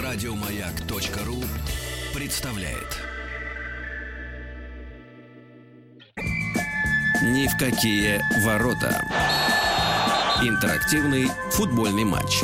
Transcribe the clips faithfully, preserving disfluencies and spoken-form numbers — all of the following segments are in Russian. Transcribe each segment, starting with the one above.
Радиомаяк.ру представляет. Ни в какие ворота. Интерактивный футбольный матч.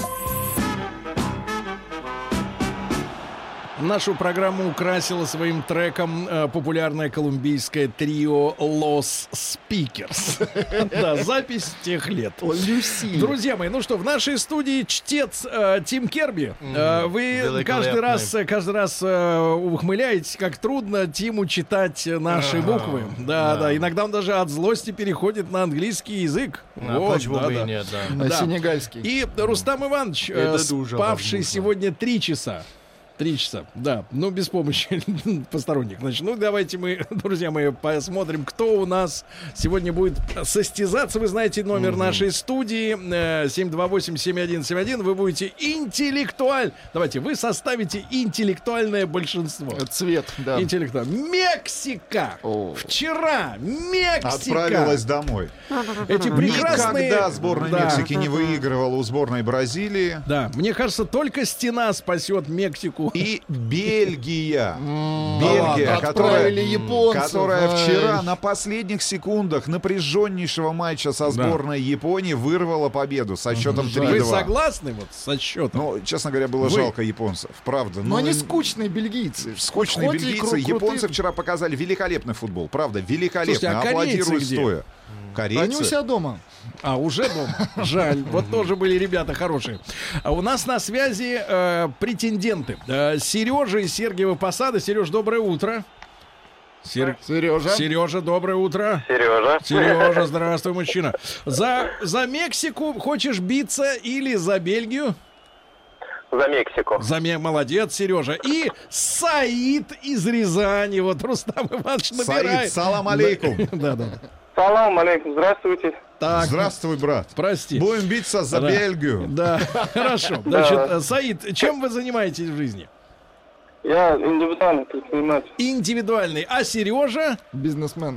Нашу программу украсило своим треком э, популярное колумбийское трио Los Speakers. Да, запись тех лет. Друзья мои, ну что, в нашей студии чтец э, Тим Керби. Э, вы каждый раз, каждый раз э, ухмыляетесь, как трудно Тиму читать наши буквы. Да, да, иногда он даже от злости переходит на английский язык. Вот, почему да, бы да. и нет, да. На сенегальский. И Рустам Иванович, э, спавший сегодня три часа. Три часа, да, ну без помощи посторонних. Значит, ну давайте мы, друзья мои, посмотрим, кто у нас сегодня будет состязаться. Вы знаете номер угу. нашей студии э, семь два восемь семь один семь один. Вы будете интеллектуаль. Давайте, вы составите интеллектуальное большинство. Цвет, да. Интеллектуаль. Мексика. О. Вчера Мексика отправилась домой. Эти прекрасные... Никогда сборная да. Мексики не выигрывала у сборной Бразилии. Да, мне кажется, только стена спасет Мексику. И Бельгия, Бельгия, а, которая, японцев, которая ай. вчера на последних секундах напряженнейшего матча со сборной да. Японии вырвала победу со счетом три-два. Вы согласны вот со счетом? Ну, честно говоря, было Вы... жалко японцев, правда. Но, Но они скучные бельгийцы. Скучные Хоть бельгийцы. Японцы вчера показали великолепный футбол, правда, великолепный. Слушайте, а аплодируют где? стоя. Корейцы? Они у себя дома. А, уже дома? Жаль. Вот тоже были ребята хорошие. А у нас на связи э, претенденты. Э, Сережа из Сергиева Посада. Сереж, доброе утро. Сер... Сережа. Сережа, доброе утро. Сережа. Сережа, здравствуй, мужчина. За, за Мексику хочешь биться или за Бельгию? За Мексику. За Ме... Молодец, Сережа. И Саид из Рязани. Вот Рустам Иванович набирает. Саид, салам алейкум. Да, да. Салам алейкум, здравствуйте. Так, здравствуй, брат. Прости. Будем биться за да. Бельгию. Да, хорошо. Значит, Саид, чем вы занимаетесь в жизни? Я индивидуальный предприниматель. Индивидуальный. А Сережа? Бизнесмен.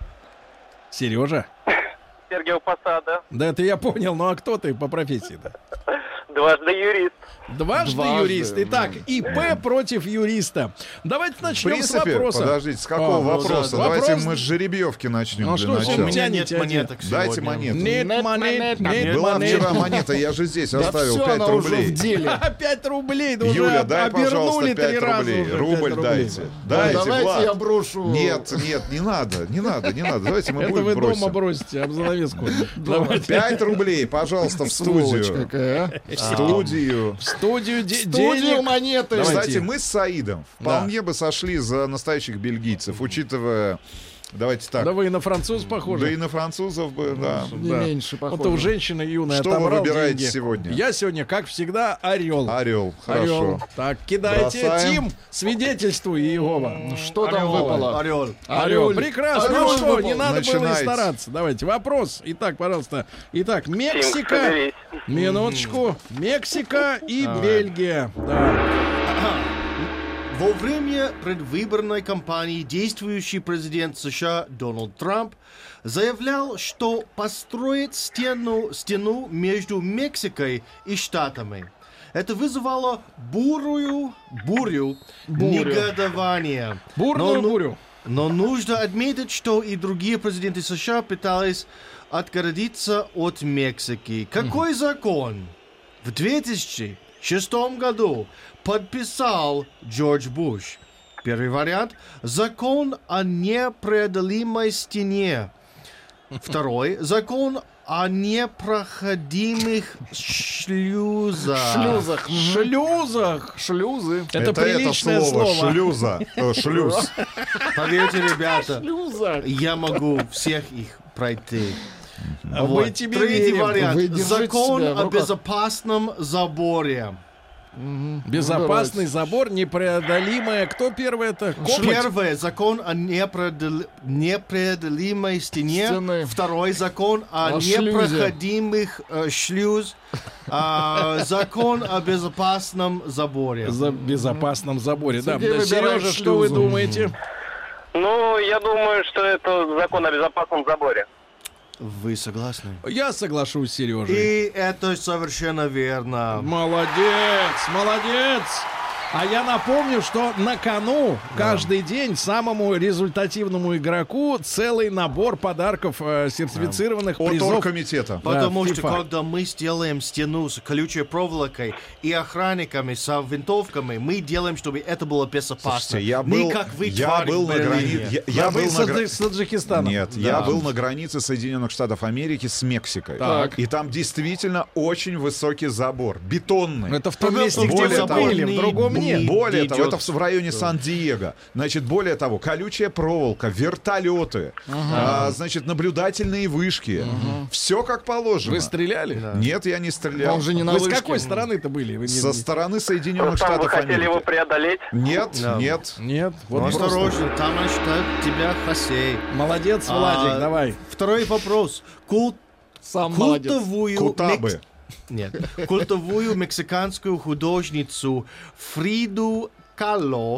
Сережа? Сергиев Посада. Да это я понял, ну а кто ты по профессии-то? Дважды юрист. Дважды, Дважды юрист. Итак, ИП против юриста. Давайте начнем в принципе, с вопроса. Подождите, с какого а, вопроса? Да, Давайте вопрос... мы с жеребьевки начнем. Ну, для что, начала. у меня нет монеток. Дайте монету. Нет монет, нет Была монет. вчера монета, я же здесь оставил да пять рублей. пять рублей, да Юля, уже дай, обернули пожалуйста, три пять раза рублей. уже. Рубль дайте. Да, Дайте, давайте Влад. я брошу. Нет, нет, не надо, не надо, не надо. Давайте мы Это будем вы бросим. дома бросите, об занавеску. Пять рублей, пожалуйста, в студию. Какая? В студию. В студию де- Студию денег. монеты. Кстати, мы с Саидом вполне бы сошли за настоящих бельгийцев, учитывая... Давайте так. Да вы и на француз похожи. Да и на французов бы, да. Не Да. меньше похоже. Вот у женщины юная Что вы отобрал выбираете деньги. сегодня? Я сегодня, как всегда, орел. Орел, Орел. хорошо. Так, кидайте. Бросаем. Тим, свидетельствуй, Иегова. Что там выпало? Орел. Орел. Прекрасно. Орел Ну что, выпал. не надо было и Начинайте. стараться. Давайте, вопрос. Итак, пожалуйста. Итак, Мексика. соберись. Минуточку. Мексика и Бельгия. Да. Во время предвыборной кампании действующий президент США Дональд Трамп заявлял, что построит стену, стену между Мексикой и Штатами. Это вызывало бурую, бурю, негодования. Бурную Но- бурю. Но нужно отметить, что и другие президенты США пытались отгородиться от Мексики. Какой закон в две тысячи шестом году подписал Джордж Буш? Первый вариант – закон о непреодолимой стене. Второй – закон о непроходимых шлюзах. Шлюзах. Шлюзах. Шлюзы. Это, приличное слово. Шлюза. Э, Шлюз. Поверьте, ребята, Шлюзах. я могу всех их пройти. А мы тебе Третий верим. вариант. Вы держите Закон себя в о руках. безопасном заборе. Безопасный забор, непреодолимое. Кто первый это? Копоть? Первый закон о непреодол- непреодолимой стене. Стены. Второй закон о, О шлюзе. непроходимых э, шлюз. А, закон о безопасном заборе. За безопасном заборе. Да. Сергей Да, выбирает Сережа, что вы шлюзу. думаете? Ну, я думаю, что это закон о безопасном заборе. Вы согласны? Я соглашусь с Сережей. И это совершенно верно. Молодец, молодец. А я напомню, что на кону каждый день самому результативному игроку целый набор подарков э, сертифицированных От призов. оргкомитета. Потому Да, что FIFA. когда мы сделаем стену с колючей проволокой и охранниками с винтовками, мы делаем, чтобы это было безопасно. Слушайте, я Не был, как вы, я твари, был в на Берлине. границе. Я, я Вы был с, на гра- Таджи- с Таджикистаном. Нет, Да. я был на границе Соединенных Штатов Америки с Мексикой. Так. И там действительно очень высокий забор, бетонный. Это в том Более месте, где вы того, были, в другом не- нет. Более не того, идет. это в в районе Сан-Диего. Значит, более того, колючая проволока, вертолеты, а, значит, наблюдательные вышки. Все как положено. Вы стреляли? Нет, я не стрелял. Он же не на Вы с вышке. какой стороны-то были? Вы не- Со стороны Соединенных Рустам, вы Штатов хотели его Америки. преодолеть? Нет, Да. нет. Нет. Ну, Вот просто. осторожно, там считают тебя Хасей. Молодец, А, Владик, давай. Второй вопрос. Культ, Сам молодец. культовую, Кутабы. мекс- Нет. Культовую мексиканскую художницу Фриду Кало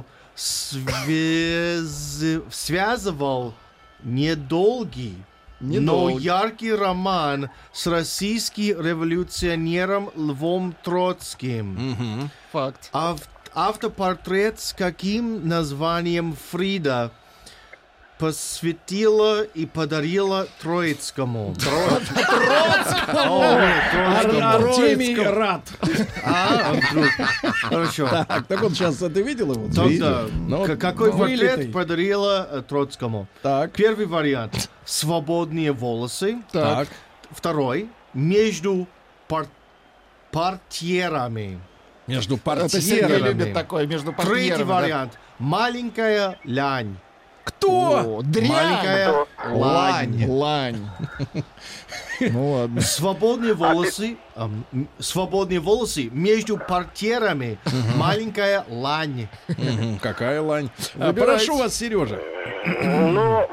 связ- связывал недолгий, но Недолгий. яркий роман с российским революционером Львом Троцким. Факт. Ав- автопортрет с каким названием Фрида посвятила и подарила Троицкому? Ар- Артемий Рад. А, вдруг. Хорошо. Так, так вот сейчас ты видел его? Тогда, Ну, к- какой вылитый. портрет подарила э, Троцкому? Так, Первый вариант — свободные волосы. так. Второй — между пор- портьерами. Между Это Сергей портьерами. любит такое между Третий портьерами. да. вариант — маленькая лянь. Кто? О, дрянь. Маленькая лань. Лань. Ну ладно. Свободные волосы, а, м, свободные волосы между портьерами. Маленькая лань. Мгм, какая лань. А, Выбирайте. прошу вас, Сережа. Ну,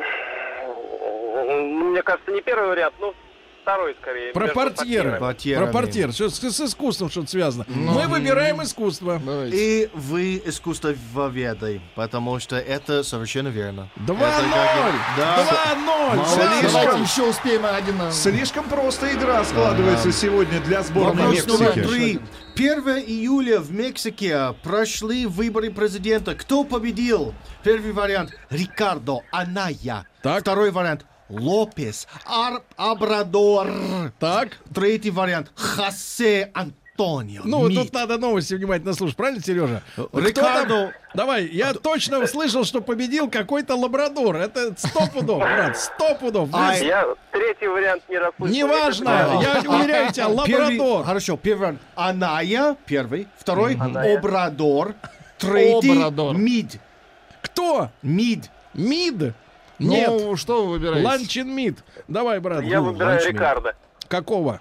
мне кажется, не первый вариант, ну, второй скорее. Про между портьеры. Портьерами. Про портьер. Что с, с искусством что-то связано. Мы выбираем искусство. Давайте. И вы искусствоведы, потому что это совершенно верно. Два Это ноль. как- Да. Два ноль. Молодец. Давайте еще успеем один. на- Слишком просто игра складывается сегодня для сборной Вопрос номер Мексики. три. первого июля в Мексике прошли выборы президента. Кто победил? Первый вариант — Рикардо Аная. Так. Второй вариант — Лопес Ар- Обрадор. Так. Третий вариант — Хосе Антонио. Ну, Мид. тут надо новости внимательно слушать, правильно, Сережа? Рикардо. Давай, я точно слышал, что победил какой-то лабрадор. Это сто пудов, брат, сто пудов. Вы А, с- Я третий вариант не расслышал. Неважно, А. я уверяю тебя, Первый- лабрадор. Хорошо, первый вариант — Аная, первый. Второй — Обрадор. Третий Обрадор. — Мид. Кто? Мид. Мид? Нет. Ну, что вы выбираете? Ланчин Мид. Давай, брат. Я выбираю ланчмейт. Рикардо. Какого?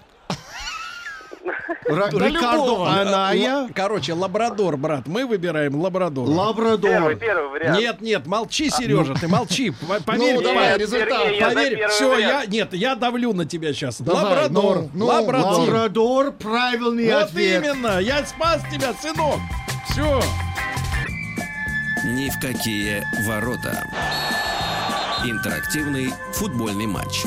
Ра- Да Рикардо любого. Аная. Короче, лабрадор, брат. Мы выбираем лабрадора. Первый, Лабрадор. первый вариант. Нет, нет, молчи, Сережа, ты молчи. П- Поверь, Ну, давай, я- результат. Сергей, я за поверь, первый все, я, вариант. нет, я давлю на тебя сейчас. Давай, лабрадор, ну, ну, лабрадор. Лабрадор, правильный Вот ответ. именно, я спас тебя, сынок. Все. Ни в какие ворота. Интерактивный футбольный матч.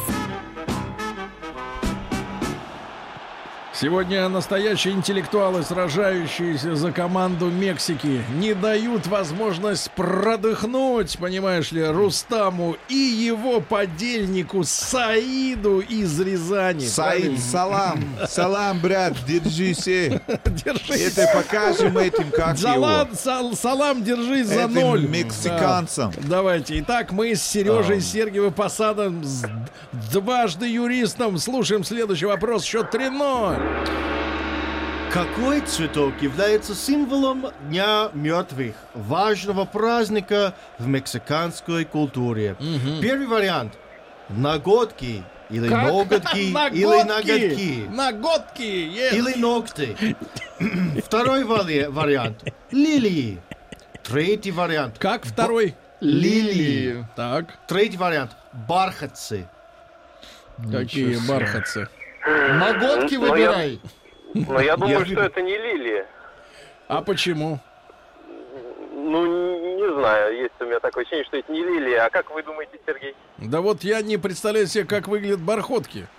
Сегодня настоящие интеллектуалы, сражающиеся за команду Мексики, не дают возможность продохнуть, понимаешь ли, Рустаму и его подельнику Саиду из Рязани. Саид, салам. Салам, брат, держись. Держись. Это покажем этим, как Салам, его. сал- салам, держись за Этим ноль. мексиканцам. Да. Давайте. Итак, мы с Сережей Сергиевым Посадом, с дважды юристом, слушаем следующий вопрос. Счет три ноль. Какой цветок является символом Дня мертвых, важного праздника в мексиканской культуре? Первый вариант — ноготки или Как? ноготки или ноготки. Ноготки. yes. Или ногти. Второй вали- вариант — лилии. Третий вариант Как второй? — лилии. Так. Третий вариант — бархатцы. Какие бархатцы. Ноготки Ну, я- выбирай. Но я думаю, Я- что это не лилия. А почему? Ну, не, не знаю, есть у меня такое ощущение, что это не лилия. А как вы думаете, Сергей? Да вот я не представляю себе, как выглядят бархотки.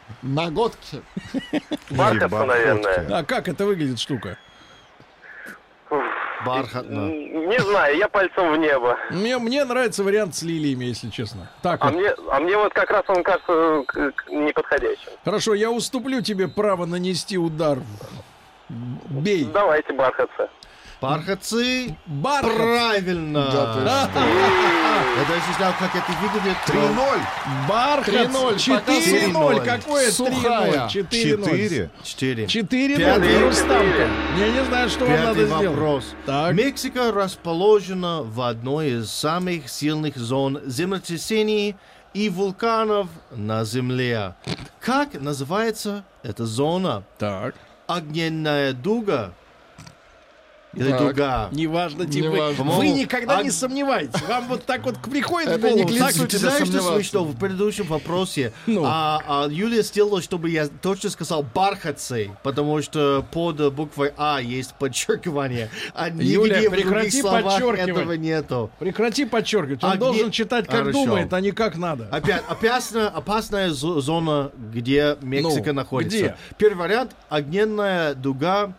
Ноготки. Бархатка, наверное. А как это выглядит штука? Уф. Бархатно. Не знаю, я пальцем в небо. Мне, мне нравится вариант с лилиями, если честно. Так А вот. мне, а мне вот как раз он кажется к- к- неподходящим. Хорошо, я уступлю тебе право нанести удар. Бей. Давайте, бархатцы. Бархатцы. Бархат. Правильно. Да ты что? Я даже не знал, как это выглядит. три ноль. Бархат. три ноль, четыре ноль. пока Какое три сухая. ноль? четыре ноль. четыре. Четыре. четыре Пятый. ноль. Рустамка. Я не знаю, что вам Пятый надо сделать. вопрос. Так. Мексика расположена в одной из самых сильных зон землетрясений и вулканов на Земле. Как называется эта зона? Так. Огненная дуга? Или Так. дуга? Неважно, типа, Неважно. вы никогда А- не сомневаетесь. Вам вот так вот приходит в Это не голову. к так, лицу Ты тебя знаешь, что сомневаться. смешно? В предыдущем вопросе Ну. а, а Юлия сделала, чтобы я точно сказал бархатцы, потому что под буквой А есть подчеркивание. А Юля, нигде в других прекрати словах подчеркивать. этого нету. Прекрати подчеркивать. Он Огне- должен читать, как Хорошо. думает, а не как надо. Опять опасная, опасная зо- зона, где Мексика Ну, находится. где? Первый вариант — огненная дуга,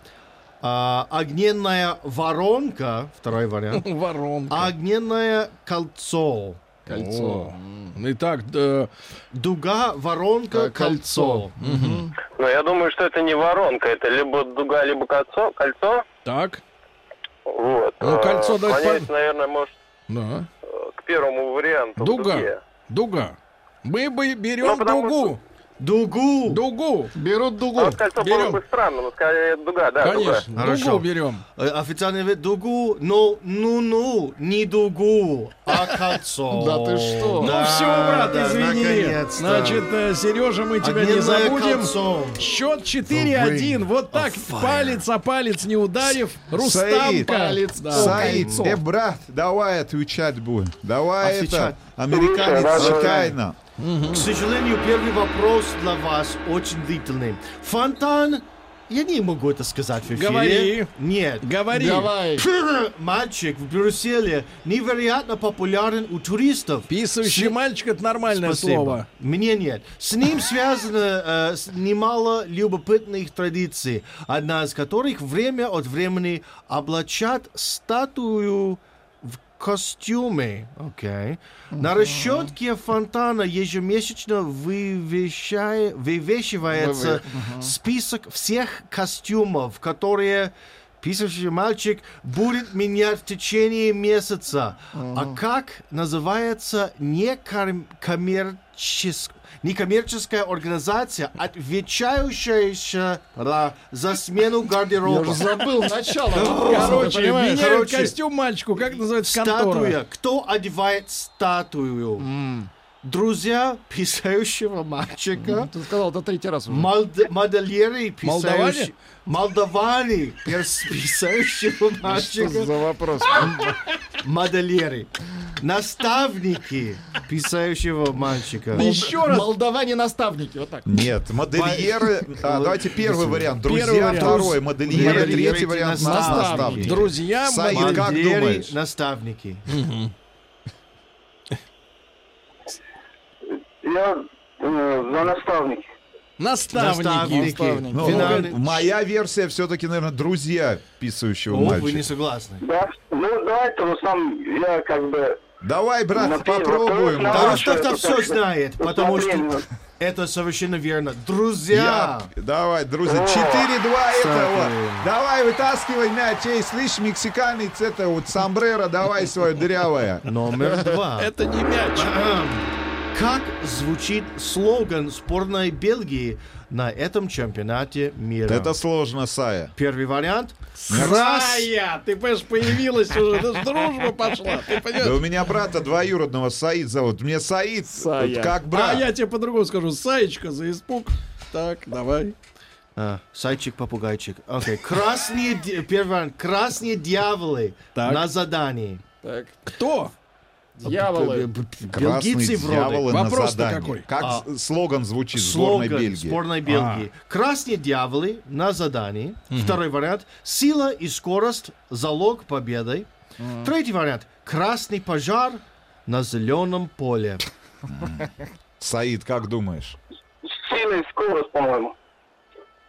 а, огненная воронка, второй вариант, Воронка. огненное кольцо. Кольцо. О. Итак, да, Дуга, воронка, Э, кольцо. кольцо. Но я думаю, что это не воронка, это либо дуга, либо кольцо. Кольцо. так, Вот. Ну, Э, кольцо дать Склоняюсь, по- наверное, может, да. э, к первому варианту. Дуга. дуге. Дуга. Мы бы Ну, берем потому дугу. Дугу. Дугу. Берут А дугу. вот кольцо Берем. было бы странно, но скорее дуга, да, Конечно. Хорошо. Дугу берем. Э, Официальный вид дугу, но ну-ну, не дугу, а кольцо. Да ты что? Ну все, брат, да, извини. наконец-то. Значит, э, Сережа, мы тебя не Огненное забудем. кольцо. Счет четыре один. Вот так, fire. палец о палец не ударив. Саид. Рустамка. Палец Да. о Саид, кольцо. э, брат, давай отвечать будем. Давай Отвечать. это, американец, Слушай, читай да, нам. К сожалению, первый вопрос для вас очень длительный. Фонтан, я не могу это сказать в эфире. Говори. Нет. Говори. Давай. Мальчик в Брюсселе невероятно популярен у туристов. Писающий С- мальчик — это нормальное Спасибо. слово. Мне нет. С ним связано э, с- немало любопытных традиций, одна из которых время от времени облачат статую в костюме. Окей. На расчетке фонтана ежемесячно вывещая- вывешивается список всех костюмов, которые писающий мальчик будет менять в течение месяца. А как называется некоммерческая некоммерческая организация, отвечающая да, за смену Я гардероба? уже забыл начало вопроса, ты Короче, понимаешь? меняют Короче, костюм мальчику. Как называется контора? Статуя. Кто одевает статую? Друзья писающего мальчика. Ты сказал это третий раз уже. Мальд- модельеры, Молдаване? писающие... Молдаване, пис- писающего Что мальчика. за вопрос? Модельеры. Наставники писающего мальчика. Еще раз. Молдаване-наставники, вот так. Нет, модельеры. А, давайте первый вариант. Первый Друзья, вариант. второй. Модельеры, Модельеры, третий вариант. наставники. Наставники. Друзья, Саид, модель- как Модельеры, думаешь? наставники. Я э, за наставники. наставники. Наставники. Наставники. Ну, Финальный- моя версия все-таки, наверное, друзья писающего О, вы не мальчика. согласны. Да? Ну, давайте, ну, сам, я как бы... Давай, брат, На первый попробуем. вопрос, да. Да, А, Рустав-то это все как- знает, потому что усмотрение. это совершенно верно. Друзья! Я- Давай, друзья, О, четыре-два это кстати. вот. Давай, вытаскивай мяч. Эй, слышь, мексиканец, это вот сомбреро, давай свое дырявое. Номер два. Это не мяч. Как звучит слоган сборной Бельгии на этом чемпионате мира? Это сложно, Сая. Первый вариант. Крас... Сая, ты понимаешь, появилась уже, это ж дружба пошла, ты Да понимаешь? у меня брата двоюродного Саид зовут. Мне Саид Сая. вот как А брат. я тебе по-другому скажу, Саечка за испуг. Так, давай. А, Сайчик-попугайчик. Окей. Красные... ди- Первый вариант. Красные дьяволы Так. на задании. Так, Кто? дьяволы. Красные Бельгийцы вроде. дьяволы на Вопрос-то задании. какой? Как А. с- слоган звучит сборной Слоган Бельгии? сборной Бельгии. Красные дьяволы на задании. Второй вариант. Сила и скорость – залог победы. Третий вариант. Красный пожар на зеленом поле. Саид, как думаешь? Сильный скорость, по-моему.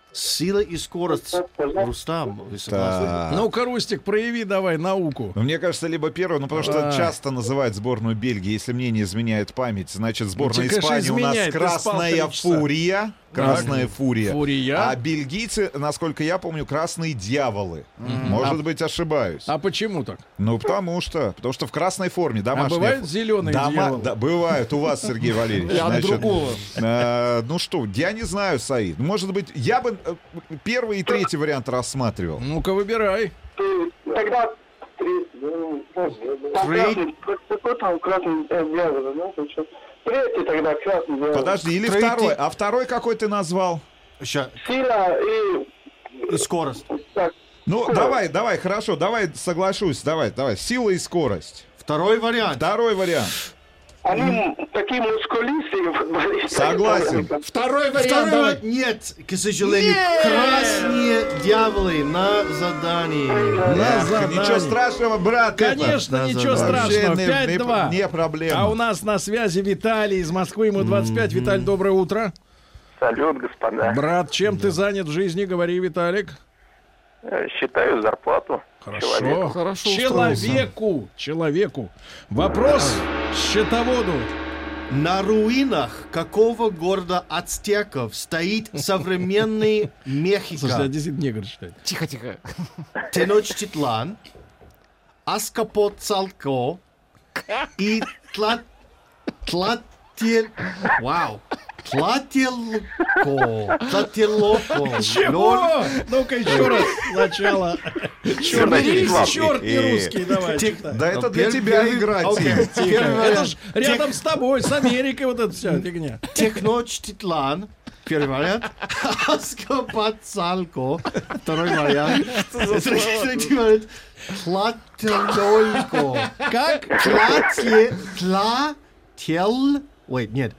Сила и скорость. Рустам, вы согласны? Да. Ну-ка, Рустик, прояви давай науку. Ну, мне кажется, либо первый, ну, потому что А. часто называют сборную Бельгии, если мне не изменяет память, значит, сборная Ну, тебе, конечно, Испании у нас изменяет, ты спал красная три часа. фурия. Красная фурия. Фурия. А бельгийцы, насколько я помню, красные дьяволы. Может быть, ошибаюсь. А почему так? Ну, потому что. Потому что в красной форме. Домашняя бывают фу- зеленые Дома- дьяволы? Да, бывают у вас, Сергей Валерьевич. И от Значит, другого. э, ну что, я не знаю, Саид. Может быть, я бы э, первый и третий вариант рассматривал. Ну-ка, выбирай. Тогда три. ну, там Три. красный, какой там красный э, дьявол, да, получается. Третий тогда красный дьявол. Подожди, или Третий. второй. А второй какой ты назвал? Ща. Сила и И скорость. так. Ну, Скорость. давай, давай, хорошо, давай соглашусь. Давай, давай. Сила и скорость. Второй вариант. Второй вариант. Они м- такие мускулистые футболисты. Согласен. Второй вариант, Второй давай. вариант. Нет, к сожалению. Красные дьяволы на задании. На Эх, задании. Ничего страшного, брат. Конечно, Да, ничего да, да. страшного. Вообще не- пять-два. не- не проблема. А у нас на связи Виталий из Москвы, ему двадцать пять. Виталий, доброе утро. Салют, господа. Брат, чем ты занят в жизни, говори, Виталик. Э, Считаю зарплату. Хорошо. человеку. Хорошо Человеку. Человеку. Вопрос счетоводу. На руинах какого города ацтеков стоит современный Слушай, я Мехико? действительно негр считает. Тихо, тихо. Теночтитлан, Аскапоцалко и Тла... Тлатель... Вау. Тлателко. Тлателоко. Чего? Ну-ка еще раз сначала. Черт, Вячеслав. черт не русский, давай. читай. Да это для Пер- тебя первый- игра, Окей, Тим. первый Это вариант. ж рядом с тобой, с Америкой вот эта вся фигня. Техночтитлан. Первый вариант. Аскапоцалко. Второй вариант. Третий вариант. Тлателолько. Как? Тлате... Тлател... Ой, нет.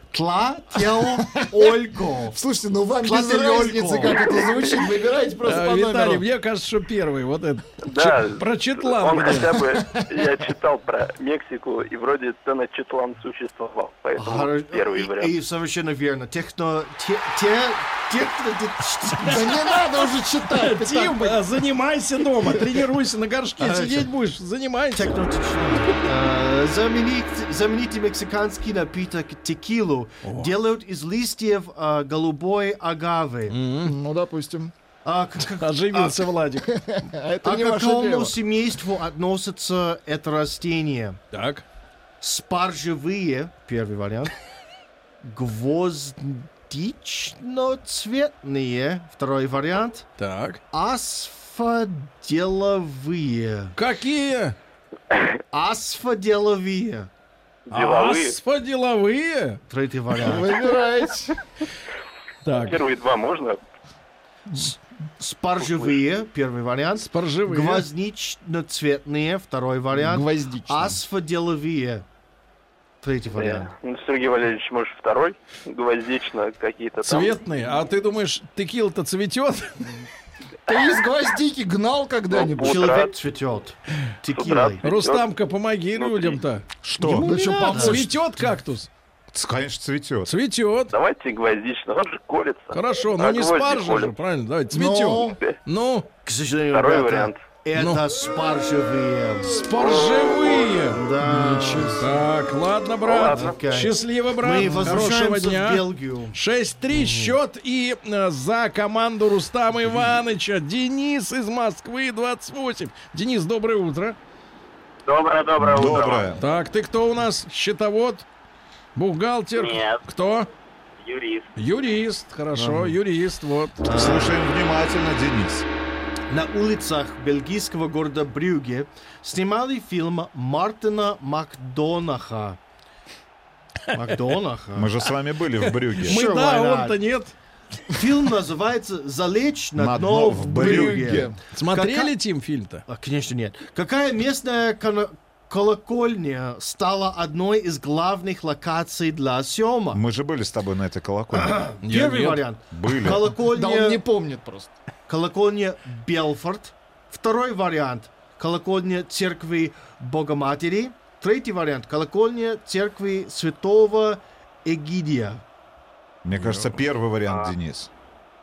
Тлателолько. Слушайте, ну вам без Тлателёлько. разницы, как это звучит. Выбирайте просто А, по Виталий, номеру. мне кажется, что первый. Вот это. Да, Ч- Про Четлан. он где? хотя бы, я читал про Мексику, и вроде Теночтитлан существовал, поэтому Хоро- первый и- вариант. И совершенно верно. Техно... те- те- техно... Да не надо уже читать. ты Тим, так а, занимайся дома, тренируйся на горшке, А, сидеть всё. будешь, занимайся. Технотичлан. Э, знаменит- Знаменитый мексиканский напиток текилу делают из листьев э, голубой агавы. Ну, допустим. А к- к- Оживился Владик. А это а не к ваше какому дело. семейству относится это растение? Так. Спаржевые, первый вариант. Гвоздично-цветные, второй вариант. Так. Асфоделовые. Какие? Асфоделовые. Деловые. Асподеловые? Третий вариант. Выбирайте. Так. Первые два можно? Спаржевые, первый вариант. Спаржевые. Гвоздично-цветные, второй вариант. Гвоздично. Асфоделовые. Третий Э, вариант. ну, Сергей Валерьевич, может, второй? Гвоздично какие-то там. Цветные. А ты думаешь, текил-то цветет? Ты из гвоздики гнал когда-нибудь? Ну, Человек цветет. Текилой. утра. Рустамка, помоги Внутри. людям-то. Что? Да что, помочь? Цветет кактус? Конечно, цветет. Цветет. Давайте гвоздично, он же колется. Хорошо, но А не гвозди спаржа же, колются. правильно? Давайте, Ну, цветет. Ну, К сожалению, Второй ребята, вариант. это Ну. спаржевые. спаржевые. Да. Так, ладно, брат. Ладно. Окей. Счастливо, брат. Мы Хорошего возвращаемся дня. в Бельгию. шесть-три счет и э, за команду Рустама Ивановича Денис из Москвы, двадцать восемь. Денис, доброе утро. Доброе, доброе утро. Доброе. Так, ты кто у нас? Счетовод? Бухгалтер? Нет. Кто? Юрист. Юрист. Хорошо, юрист, вот. Слушаем внимательно, Денис. На улицах бельгийского города Брюгге снимали фильм Мартина Макдонаха. Макдонаха? Мы же с вами были в Брюгге. Мы, Sure, да, why not? он-то нет. Фильм называется «Залечь на На дно дно в в Брюгге». Брюгге. Смотрели, Кака- Тим, фильм-то? А, конечно, нет. Какая местная кон- колокольня стала одной из главных локаций для съемок? Мы же были с тобой на этой колокольне. Первый нет. вариант. Были. Колокольня, Да он не помнит просто. колокольня Белфорд. Второй вариант. Колокольня церкви Богоматери. Третий вариант. Колокольня церкви Святого Эгидия. Мне кажется, первый вариант, Денис.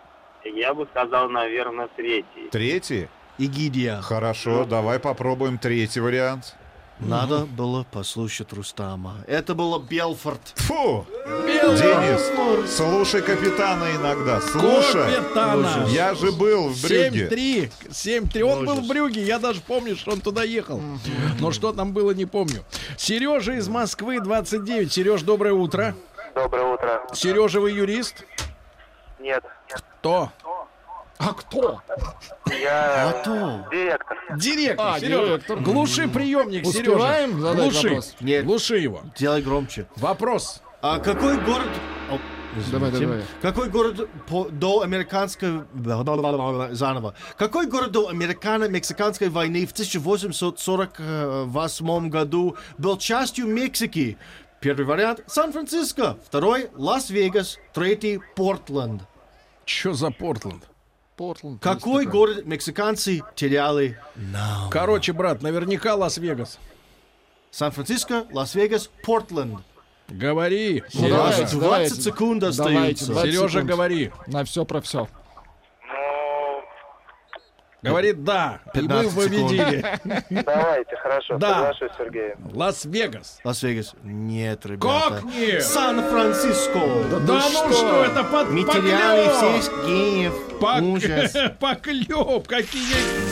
Я бы сказал, наверное, третий. Третий? Игидия. Хорошо, давай попробуем третий вариант. Надо было послушать Рустама. Это было Белфорд. Фу! Денис, слушай капитана иногда. Слушай. Капитана. Я же был в Брюгге. семь три. семь три. Он был в Брюгге. Я даже помню, что он туда ехал. Но что там было, не помню. Сережа из Москвы, двадцать девять. Сереж, доброе утро. Доброе утро. Сережа, вы юрист? Нет. Кто? А кто? Я А то. директор. Директор. А, Сережа, директор. глуши приемник, Сережа. Успеваем задать Глуши. вопрос? Нет. Глуши его. Делай громче. Вопрос. А какой город... О, Давай, извините. давай. Какой город по- до американской... Заново. Какой город до американо-мексиканской войны в тысяча восемьсот сорок восьмом году был частью Мексики? Первый вариант — Сан-Франциско. Второй — Лас-Вегас. Третий — Портленд. Что за Портленд? Портленд. Какой есть город мексиканцы теряли? Короче, брат, наверняка Лас-Вегас. Сан-Франциско, Лас-Вегас, Портленд. Говори. Ну, Сережа. давайте, двадцать давайте. секунд Давайте, остается. двадцать Сережа, секунд. говори. На все про все. Ну, Говорит да. И мы пятнадцать победили. давайте, хорошо, Да. соглашусь, Сергей. Лас-Вегас. Лас-Вегас. Нет, ребята. Как нет? Сан-Франциско. Да ну что, это под Мы теряли поклёп. всех геев. Ужас. Пок- Поклёп, какие...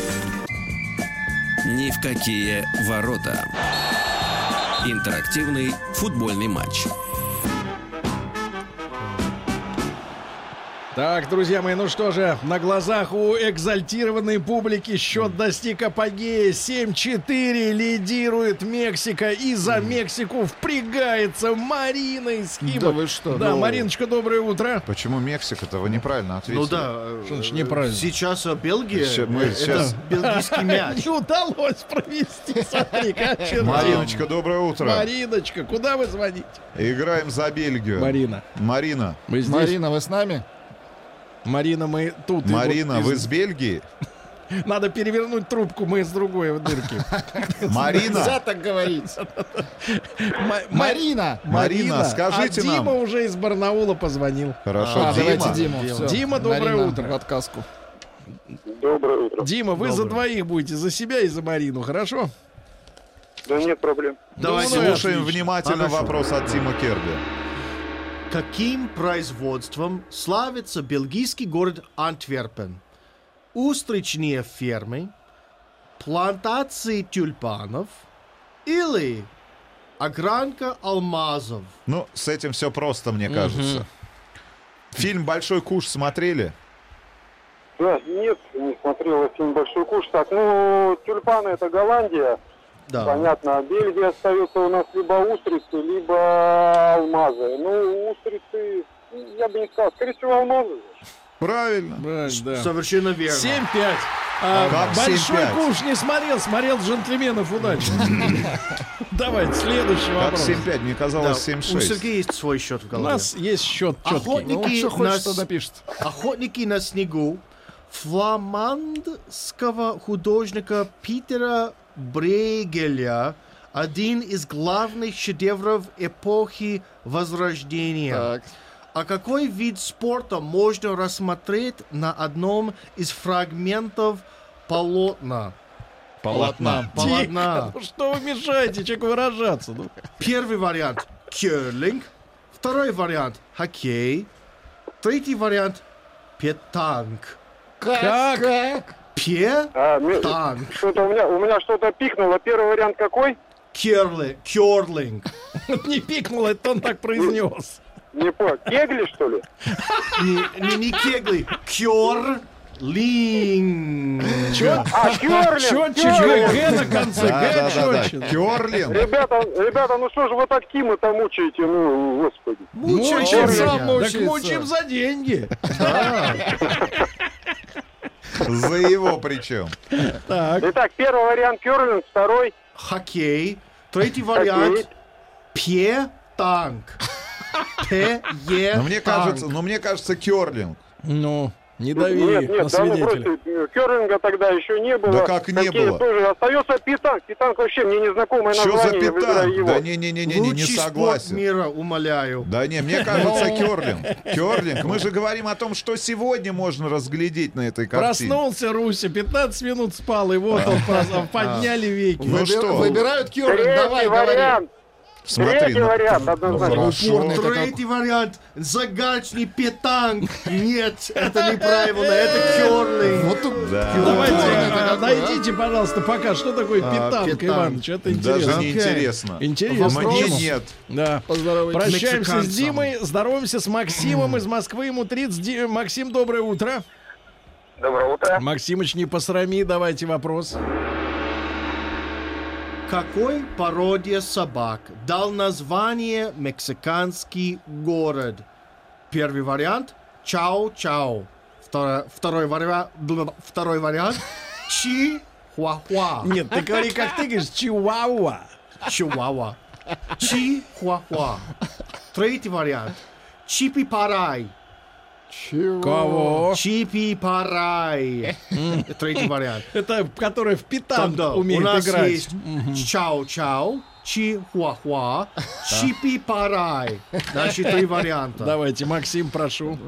Ни в какие ворота. Интерактивный футбольный матч. Так, друзья мои, ну что же, на глазах у экзальтированной публики счет достиг апогея. семь четыре лидирует Мексика. И за Мексику впрягается Марина из Хима. Да вы что? Да, Ну. Мариночка, доброе утро. Почему Мексика-то? Вы неправильно ответили. Ну да. э, Что значит неправильно? Сейчас э, Бельгия. Ща- мы э, это сейчас- бельгийский мяч. Не удалось провести, смотри, как чудо. Мариночка, доброе утро. Мариночка, куда вы звоните? Играем за Бельгию. Марина. Марина. Мы здесь. Марина, вы с нами? Марина, мы тут. И Марина, вот вы из- с Бельгии? Надо перевернуть трубку, мы с другой дырки. Марина. Нельзя так говорить. Ма- Марина. Марина, скажите а нам. Дима уже из Барнаула позвонил. Хорошо, А, Дима. давайте Диму. Всё. Дима, доброе Марина, утро. в отказку. Доброе утро. Дима, вы за двоих будете, за себя и за Марину, хорошо? Да нет проблем. Давайте Ну, ну, Слушаем отлично. внимательно Хорошо. вопрос от Тима Керби. Каким производством славится бельгийский город Антверпен? Устричные фермы, плантации тюльпанов или огранка алмазов? Ну, с этим все просто, мне кажется. Фильм «Большой куш» смотрели? Да, нет, не смотрел фильм «Большой куш». Так, ну, тюльпаны — это Голландия. Да. Понятно. Бельгия остается у нас либо устрицы, либо алмазы. Ну, устрицы, я бы не сказал. Скорее всего, алмазы. Правильно. Правильно, да. Совершенно верно. семь пять. А, Как большой семь пять? куш не смотрел, смотрел «Джентльменов удачи». Давайте, следующий Как вопрос. семь пять? Мне Да, казалось семь у шесть. Сергея есть свой счет в У голове. нас есть счет четкий. Охотник. Ну, Ники что хочет, нас- что напишет. Охотники на снегу фламандского художника Питера Брейгеля, один из главных шедевров эпохи Возрождения. Так. А какой вид спорта можно рассмотреть на одном из фрагментов полотна? Полотна. Полотна. Тихо, ну что вы мешаете человеку выражаться? Ну? Первый вариант — керлинг. Второй вариант — хоккей. Третий вариант — петанг. Как? Как? Как? Петанг. А, ми- что-то у меня, у меня что-то пикнуло. Первый вариант какой? Керлинг. Керлинг. Не пикнул, это он так произнес. Не понял. Кегли, что ли? Не, не, не кегли. Керлинг. А, керлинг! Четче Г, Г на конце, Да, Г да, да, да. четче. Керлинг. Ребята, ребята, ну что же вы так Тима-то мучаете? Ну, господи. Мучаем Мучаем, меня. так мучается. мучаем за деньги. За его причем. Так, Итак, первый вариант керлинг, второй Хоккей. Третий вариант — петанг. П-е. Но мне кажется, но мне кажется, керлинг. ну, Не дави Нет, на нет, да, ну свидетеля. просто керлинга тогда еще не было. Да как не Хоккея было? Тоже остается питанг. Питанг вообще мне незнакомое Что за название, я выбираю питанг? его. Да не-не-не-не, не Лучший спорт согласен. мира, умоляю. Да не, мне кажется, керлинг. Керлинг. Мы же говорим о том, что сегодня можно разглядеть на этой картине. Проснулся Руся, пятнадцать минут спал, и вот он прос- подняли веки. Ну Выбир- что? Выбирают керлинг, Третий давай, говори. вариант. Смотри, Третий ну, вариант, ну, однозначно. хорошо. Упорный. Это Третий вариант. Загадочный питанг. Нет, это неправильно. Это керлинг. Вот тут Да. Давайте, упорный а, это какой, а? найдите, пожалуйста, пока, что такое А, питанг, питанг. Иваныч, это Даже интересно. не Окей. интересно. Интересно. Мне Вопрос. нет. Да. Поздоровайтесь. Прощаемся с Мексиканцам. Димой, здороваемся с Максимом из Москвы, ему тридцать. Ди- Максим, доброе утро. Доброе утро. Максимыч, не посрами, давайте вопрос. Какой породе собак дал название мексиканский город? Первый вариант – Чау-Чау. Второй, второй, вариант, второй вариант – Чи-Хуахуа. Нет, ты говори, как ты говоришь, Чиуауа. Чиуауа. Чи-Хуахуа. Третий вариант – Чипи-Парай. Чего? Кого? Чипи-Парай. Третий вариант. Это который в питанг Тогда умеет у нас играть. есть Чау-Чау, Чи-Хуахуа, Чипи-Парай. Значит, три варианта. Давайте, Максим, прошу.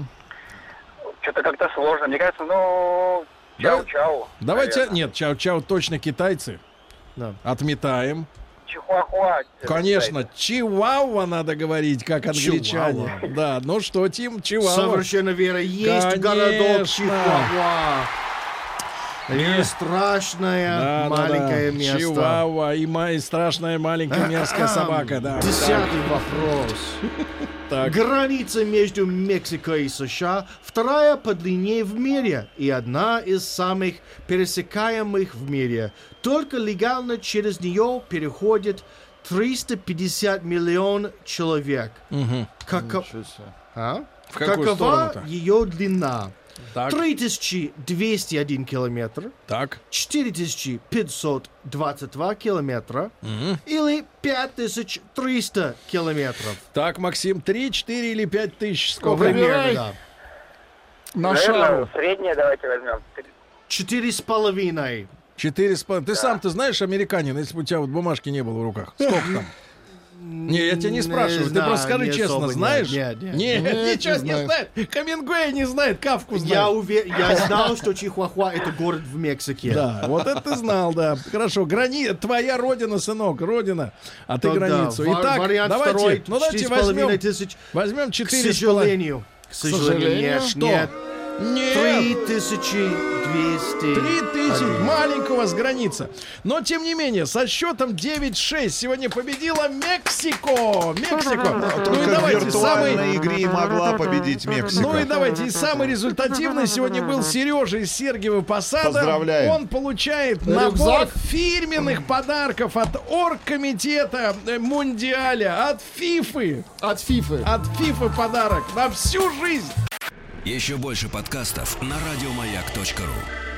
Что-то как-то сложно. Мне кажется, ну... Чау-чау. Давайте, наверное. нет, чау-чау точно китайцы. Да. Отметаем. Чихуахуа. Конечно, чиуауа надо говорить, как англичане. Чиуауа. Да, ну что, Тим, чиуауа. Совершенно верно. Есть Конечно. городок Чихуахуа. И страшное Да, да, маленькое да. место. Чиуауа и, ма- и страшная маленькая мерзкая собака, да. Десятый вопрос. Так. Граница между Мексикой и США вторая по длине в мире и одна из самых пересекаемых в мире. Только легально через нее переходит триста пятьдесят миллионов человек. Мгм. Каков- Ничего себе. А? В какую Какова сторону-то? ее длина? Так, три тысячи двести один километр, так. четыре тысячи пятьсот двадцать два километра Мгм. или пять тысяч триста километров. Так, Максим, три, четыре или пять тысяч? Сколько? Выбирай. Да. На Наверное, шару. среднее давайте возьмем. Четыре с половиной. Четыре с половиной. Ты сам, ты знаешь, американин, если бы у тебя вот бумажки не было в руках. Сколько там? Не, я тебя не спрашиваю, ты знаю, просто скажи не честно, особо, нет, знаешь? нет, нет. Нет, Нет, ничего не не знаю. знает. Камингуэй не знает, Кавку Я, знает. уве... я знал, что Чихуахуа это город в Мексике. Да, вот это ты знал, да. Хорошо, грани... твоя родина, сынок, родина, а ты Тогда границу. ва- Итак, вариант давайте, второй, ну давайте четыре с половиной возьмем, тысяч. возьмем К четыре с половиной. сожалению. К сожалению, нет, Что? нет. Нет. Три тысячи двести. Три тысячи, маленькая у вас граница. Но, тем не менее, со счетом девять шесть сегодня победила Мексико. Мексико. Ну и Только в давайте, самый... виртуальной игре и могла победить Мексика. Ну и давайте, и самый результативный сегодня был Сережа из Сергиева Посада. Поздравляем. Он получает Рюкзак. набор фирменных подарков от Оргкомитета э, Мундиаля, от Фифы. От Фифы. От Фифы подарок на всю жизнь. Еще больше подкастов на радиомаяк точка ру.